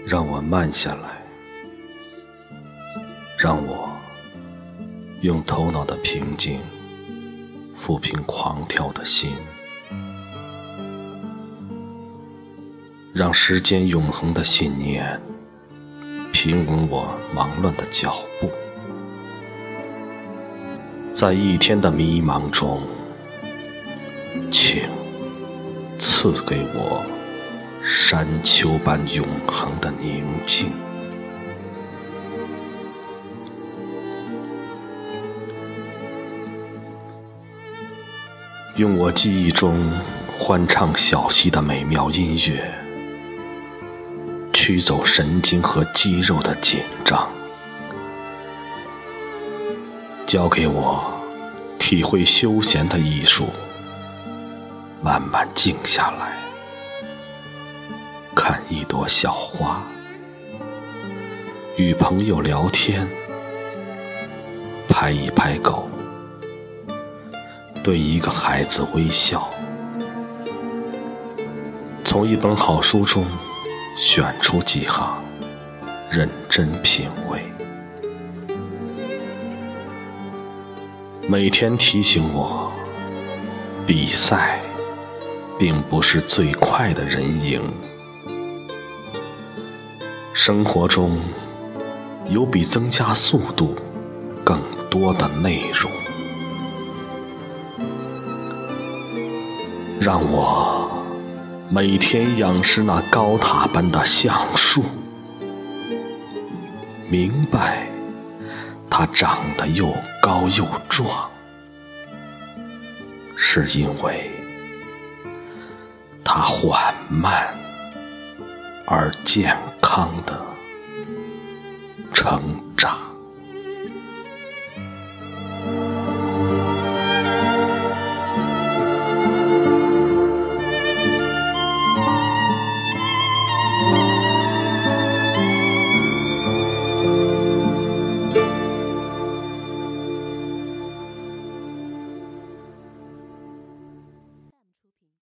让我慢下来，让我用头脑的平静抚平狂跳的心，让时间永恒的信念平稳我忙乱的脚步。在一天的迷茫中，请赐给我山丘般永恒的宁静。用我记忆中欢唱小溪的美妙音乐，驱走神经和肌肉的紧张，交给我体会休闲的艺术，慢慢静下来，看一朵小花，与朋友聊天，拍一拍狗，对一个孩子微笑，从一本好书中选出几行，认真品味。每天提醒我，比赛并不是最快的人赢，生活中有比增加速度更多的内容。让我每天仰视那高塔般的橡树，明白它长得又高又壮，是因为它缓慢而健康的成长。